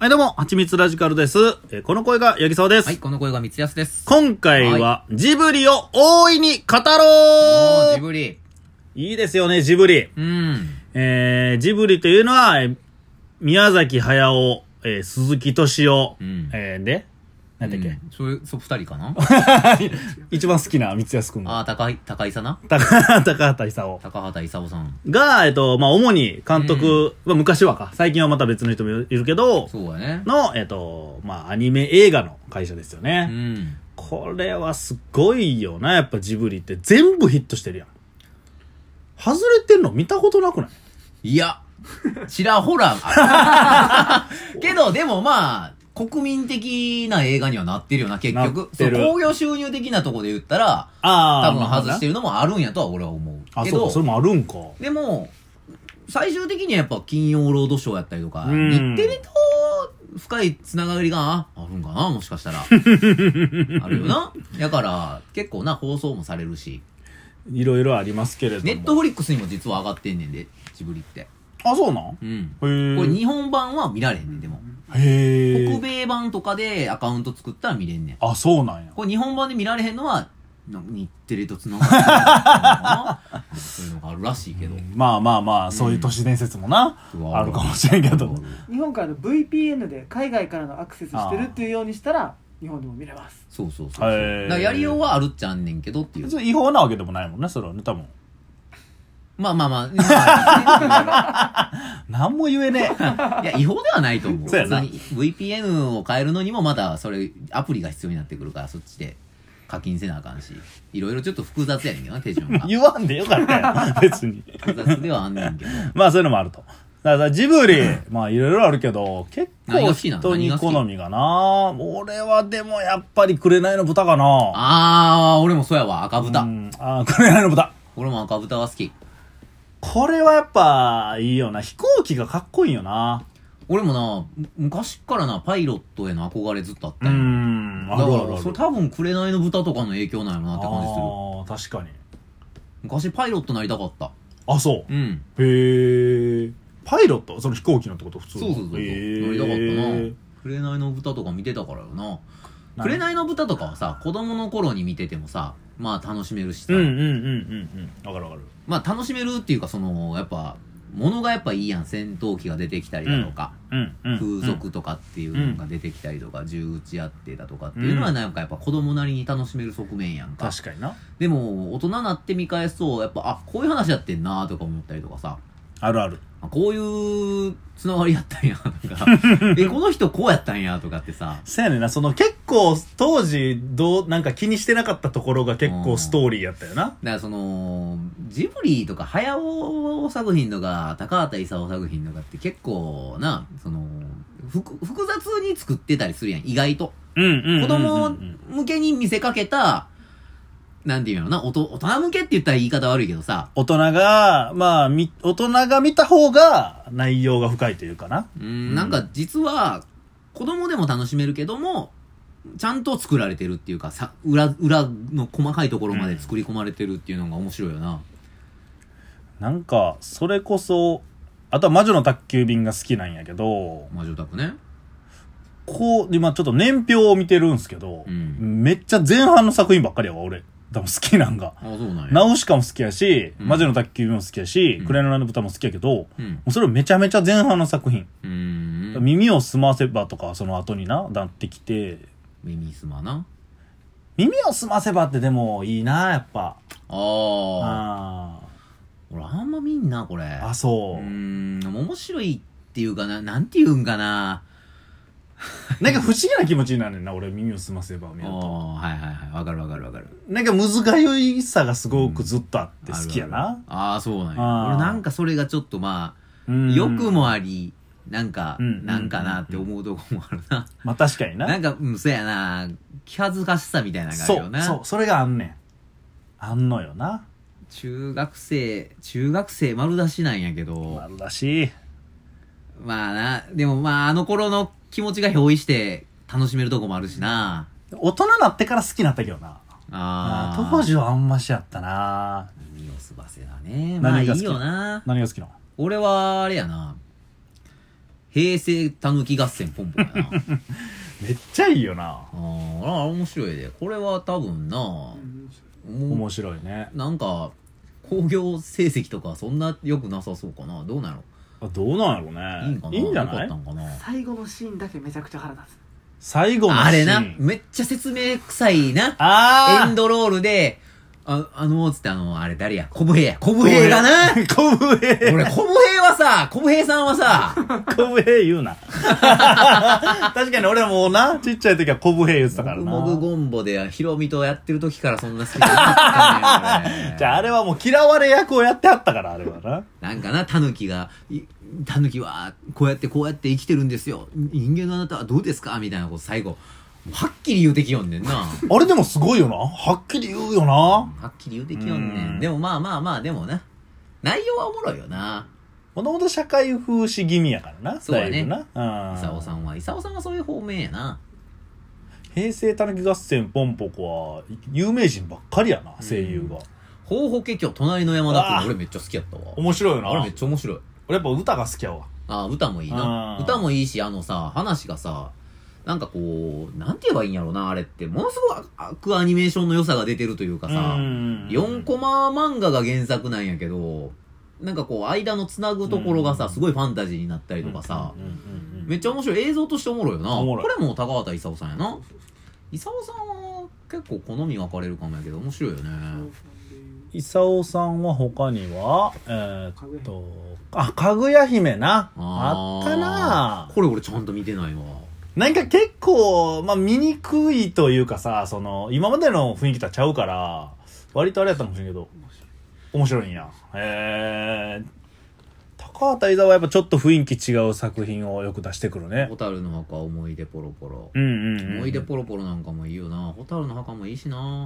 はい、どうも、はちみつラジカルです。この声が八木沢です。 はい、この声が三つ安です。 今回は、ジブリを大いに語ろう。 ジブリ。 いいですよね、ジブリ。ジブリというのは、宮崎駿、鈴木敏夫、で、何だっけ、 そう二人かな一番好きな三つ安くんが。 高井さな高畑勲。 高畑勲さん。 が、主に監督、昔はか、最近はまた別の人もいるけど、 そうやね。 の、アニメ映画の会社ですよね。これはすごいよな、やっぱジブリって全部ヒットしてるやん。外れてんの見たことなくない？ いや、ちらほら。けど、でもまあ、国民的な映画にはなってるよな、結局。興行収入的なとこで言ったら、多分外してるのもあるんやとは俺は思う。 あ、そうか、それもあるんか。 でも、最終的にはやっぱ金曜ロードショーやったりとか、日テレと深いつながりがあるんかな、もしかしたら。あるよな。だから、結構な、放送もされるし。 いろいろありますけれども。 ネットフリックスにも実は上がってんねんで、ジブリって。 あ、そうなん？ これ日本版は見られへんねん、でも。 へ北米版とかでアカウント作ったら見れんねん。 あ、そうなんや。 これ日本版で見られへんのは、日テレと繋がってるのかなそういうのがあるらしいけど。 まあ、そういう都市伝説もな、あるかもしれんけど。 日本からの VPN で海外からのアクセスしてるっていうようにしたら、日本でも見れます。 そう。だからやりようはあるっちゃあんねんけどっていう。 違法なわけでもないもんね、それはね、多分。 まあ。 何も言えねえ。いや、違法ではないと思う。 そうやな。 VPN を変えるのにもまだ、それ、アプリが必要になってくるから、そっちで課金せなあかんし。いろいろちょっと複雑やねんけどな、手順が。 言わんでよかったよ、別に。 複雑ではあんねんけど。 まあ、そういうのもあると。だからジブリ、まあいろいろあるけど、結構人に好みがな。俺はでもやっぱり紅の豚かな。 俺もそうやわ、赤豚。 紅の豚。 俺も赤豚は好き。 これはやっぱいいよな。飛行機がかっこいいよな。 俺もな、昔からな、パイロットへの憧れずっとあったんや。だからそれ多分紅の豚とかの影響なんやろなって感じする。 確かに。 昔パイロットなりたかった。 あ、そう。へえ。パイロット？その飛行機のってこと普通？ そう。なりたかったな。紅の豚とか見てたからよな。紅の豚とかはさ、子供の頃に見ててもさ、まあ楽しめるしさ。 わかる。 まあ楽しめるっていうか、やっぱ、物がやっぱいいやん。戦闘機が出てきたりだとか、風俗とかっていうのが出てきたりとか、銃撃ち合ってだとかっていうのはなんかやっぱ子供なりに楽しめる側面やんか。 確かにな。 でも、大人になって見返すと、やっぱ、こういう話やってんなとか思ったりとかさ。 ある。 こういうつながりやったんや、とか。この人こうやったんや、とかってさ。 そうやねんな、結構、当時、なんか気にしてなかったところが結構ストーリーやったよな。 だからジブリとか、早尾作品とか、高畑勲作品とかって結構な、複雑に作ってたりするやん、意外と。子供向けに見せかけた、なんていうのな、大人向けって言ったら言い方悪いけどさ。 大人が見た方が内容が深いというかな。 なんか実は、子供でも楽しめるけども、ちゃんと作られてるっていうかさ、裏の細かいところまで作り込まれてるっていうのが面白いよな。 なんか、それこそ、あとは魔女の宅急便が好きなんやけど、 魔女宅ね。 今ちょっと年表を見てるんすけど、めっちゃ前半の作品ばっかりやわ、俺。多分好きなんが。 そうなんや。 ナウシカも好きやし、魔女の宅急便も好きやし、紅の豚も好きやけど、もうそれめちゃめちゃ前半の作品。耳をすませばとかその後になってきて。 耳すまな。 耳をすませばってでもいいな、やっぱ。 俺あんま見んな、これ。 あ、そう。 面白いっていうかな、なんて言うんかな。 なんか不思議な気持ちになるねんな、俺耳をすませば見ると。 はい。わかる。 なんかむずがゆいさがすごくずっとあって好きやな。 そうなんや。俺なんかそれがちょっと良くもあり、なんかなって思うとこもあるな。 まあ確かにな。 なんか、そうやな、気恥ずかしさみたいなのがあるよな。 それがあんねん。あんのよな。 中学生丸出しなんやけど。 丸出し。 まあな、でもあの頃の気持ちが憑依して楽しめるとこもあるしな。 大人になってから好きになったけどな。当時はあんましやったな。 耳をすばせだね。まあいいよな。 何が好きなの？ 俺はあれやな。 平成たぬき合戦ポンポンやなめっちゃいいよな。 ああ面白いで。これは多分な、もう面白いね。 なんか興行成績とかそんな良くなさそうかな。どうなの？ どうなんやろうね。 いいんかな。 いいんじゃない良かったんかな。 最後のシーンだけめちゃくちゃ腹立つ。 最後のシーン。 あれな、めっちゃ説明臭いな。 あエンドロールで、つってあれ誰や、コブヘイや。コブヘイがな。 コブヘイ。 俺、コブヘイはさ、コブヘイさんはさ、 コブヘイ言うな。確かに俺もな、ちっちゃい時はコブヘイ言ってたからな。 モグゴンボでヒロミとやってる時からそんな好きじゃなかったね。 じゃああれはもう嫌われ役をやってはったから、あれはな。 なんかな、タヌキは、こうやって生きてるんですよ。人間のあなたはどうですかみたいなこと最後、はっきり言うてきよんねんな。 あれでもすごいよな。はっきり言うよな。 はっきり言うてきよんねん。でもまあ、でもな。内容はおもろいよな。 もともと社会風刺気味やからな。 そうやね。 だいぶな。 イサオさんはそういう方面やな。 平成たぬき合戦ポンポコは有名人ばっかりやな、声優が。 ほうほけきょ隣の山田君俺めっちゃ好きやったわ。 面白いよな。 あれめっちゃ面白い。 俺やっぱ歌が好きやわ。 歌もいいな。歌もいいし、話がさ、なんかこう、なんて言えばいいんやろうな、あれって。ものすごくアニメーションの良さが出てるというかさ、4コマ漫画が原作なんやけど、なんかこう、間のつなぐところがさ、すごいファンタジーになったりとかさ、めっちゃ面白い。映像としておもろいよな。これも高畑勲さんやな。勲さんは結構好み分かれるかもやけど、面白いよね。 勲さんは他には、かぐや姫な。あったな。 これ俺ちゃんと見てないわ。 なんか結構、見にくいというかさ、今までの雰囲気とはちゃうから、割とあれやったかもしれんけど、面白いんや。高畑勲はやっぱちょっと雰囲気違う作品をよく出してくるね。 蛍の墓、思い出ポロポロ。思い出ポロポロなんかもいいよな。蛍の墓もいいしな。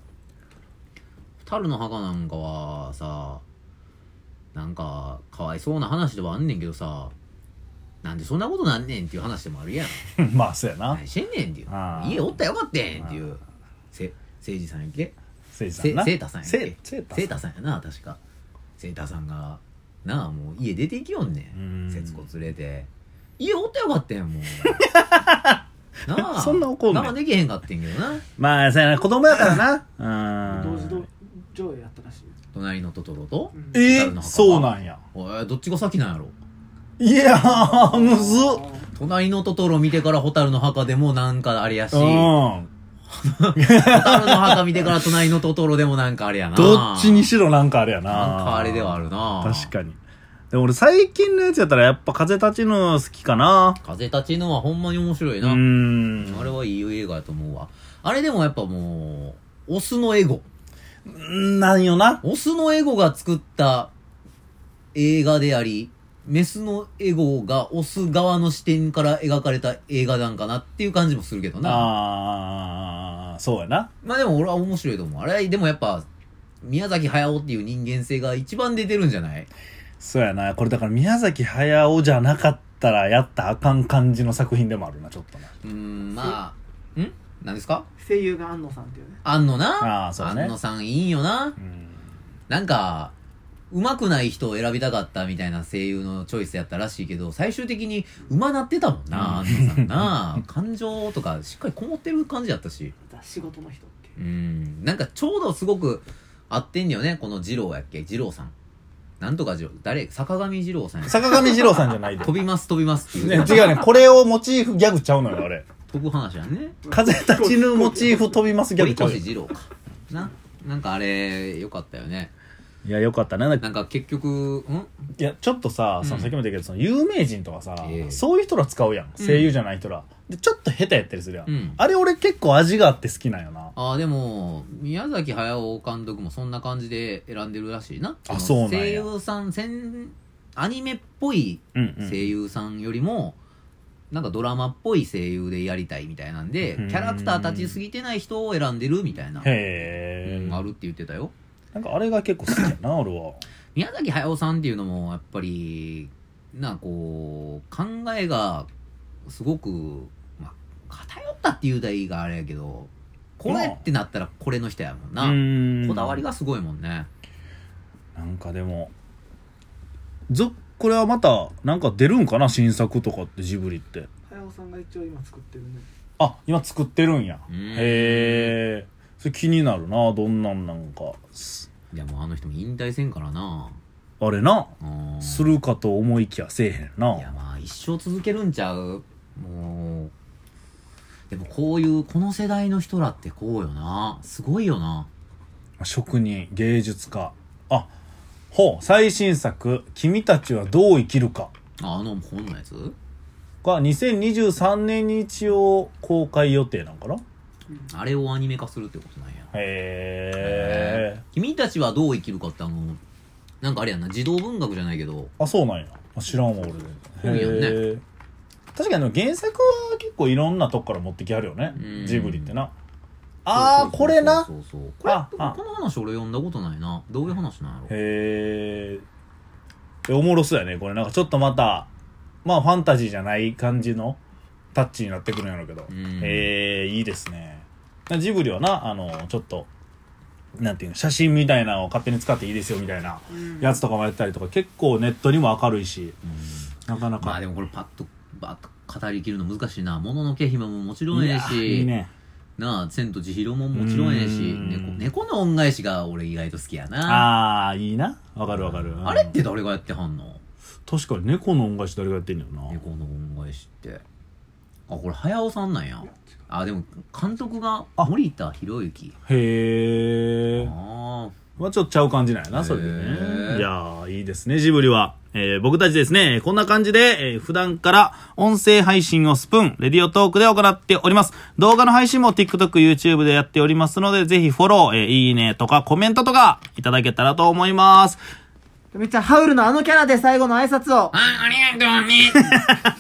蛍の墓なんかはさ、なんか、かわいそうな話ではあんねんけどさ、なんでそんなことなんねんっていう話でもあるやん。 まあ、そうやな。 何してんねんっていう。家おったらよかったんっていう。せいじさんやっけせいじさんな。 せいたさんやっけせいたさんやな、確か。せいたさんが、なあ、もう家出ていきよんねん。節子連れて。家おったらよかったやん、もう。なあ。 そんな怒んねん。 我慢できへんかってんけどな。 まあ、そうやな、子供やからな。 同時上映やったらしい。 隣のトトロとそうなんや。 どっちが先なんやろ。 いやー、むずっ。 隣のトトロ見てから蛍の墓でもなんかあれやし、蛍の墓見てから隣のトトロでもなんかあれやな。 どっちにしろなんかあれやな。 なんかあれではあるな。 確かに。でも俺最近のやつやったらやっぱ風立ちぬ好きかな。 風立ちぬはほんまに面白いな。あれはいい映画やと思うわ。あれでもやっぱもう、オスのエゴ。 なんよな。 オスのエゴが作った映画であり、メスのエゴがオス側の視点から描かれた映画なんかなっていう感じもするけどな。 そうやな。 まあでも俺は面白いと思う。あれでもやっぱ宮崎駿っていう人間性が一番出てるんじゃない？ そうやな。これだから宮崎駿じゃなかったらやったらあかん感じの作品でもあるな、ちょっとな。 まあ何ですか？ 声優が安野さんっていうね。 安野な。 そうね。 安野さんいいよな。なんか上手くない人を選びたかったみたいな声優のチョイスやったらしいけど、最終的に上手なってたもんな、安野さんな。感情とかしっかりこもってる感じやったし。 仕事の人って。 なんかちょうどすごく合ってんだよね、この二郎やっけ、二郎さん。なんとか二郎、坂上二郎さんや。 坂上二郎さんじゃないで。 飛びますっていう。 ね、違うね。これをモチーフギャグちゃうのよ、あれ。 飛ぶ話やね。 風立ちぬモチーフ飛びますギャグちゃう。 堀越二郎か。なんかあれ、よかったよね。 いや、よかったね。 なんか結局、 いや、ちょっとさ、さっきも言ったけど、その有名人とかさ、そういう人ら使うやん。声優じゃない人ら。で、ちょっと下手やったりするやん。あれ俺結構味があって好きなんよな。 でも、宮崎駿監督もそんな感じで選んでるらしいな。 そうなんや。 声優さん、アニメっぽい声優さんよりも、なんかドラマっぽい声優でやりたいみたいなんで、キャラクター立ちすぎてない人を選んでるみたいな。あるって言ってたよ。 なんかあれが結構好きやな、俺は。 宮崎駿さんっていうのも、やっぱり、考えが、すごく、偏ったっていう代があれやけど、これってなったらこれの人やもんな。こだわりがすごいもんね。 なんかでも、ゾッこれはまたなんか出るんかな、新作とかってジブリって。 早尾さんが一応今作ってるね。 あ、今作ってるんや。へえ。それ気になるな、どんなんなんか。 いやもうあの人も引退せんからな。 あれな、するかと思いきやせえへんな。 いやまあ一生続けるんちゃう。もうでもこういうこの世代の人らってこうよな、すごいよな。 職人、芸術家。あ、最新作君たちはどう生きるか。 あの本のやつが2023年に一応公開予定なんかな。 あれをアニメ化するってことなんや。 へえ。 君たちはどう生きるかってなんかあれやんな、児童文学じゃないけど。 あ、そうなんや。知らんわ俺で。 本やんね。 確かに原作は結構いろんなとこから持ってきはるよね、ジブリってな。これな。 そうこれこの話俺読んだことないな。どういう話なんやろ。 へえ。おもろそうやねこれ。なんかちょっとまたまあファンタジーじゃない感じのタッチになってくるんやろうけど、いいですね。ジブリはな、ちょっとなんていうの、写真みたいなのを勝手に使っていいですよみたいなやつとかもやったりとか、結構ネットにも明るいし、なかなか。 まあでもこれパッと語りきるの難しいな。もののけ姫ももちろんええし、 いいね。 なあ、千と千尋ももちろんええし、猫の恩返しが俺意外と好きやな。 いいな。わかるわかる。 あれって誰がやってはんの？ 確かに猫の恩返し誰がやってんのよな。 猫の恩返しって。これ早尾さんなんや。でも監督が森田博之。 へえ。まあちょっとちゃう感じなんやな、それでね。いやー、いいですね、ジブリは。僕たちですね、こんな感じで、普段から音声配信をスプーン、レディオトークで行っております。動画の配信も TikTok、YouTube でやっておりますので、ぜひフォロー、いいねとかコメントとかいただけたらと思います。 めっちゃハウルのキャラで最後の挨拶を。 ありがとうね。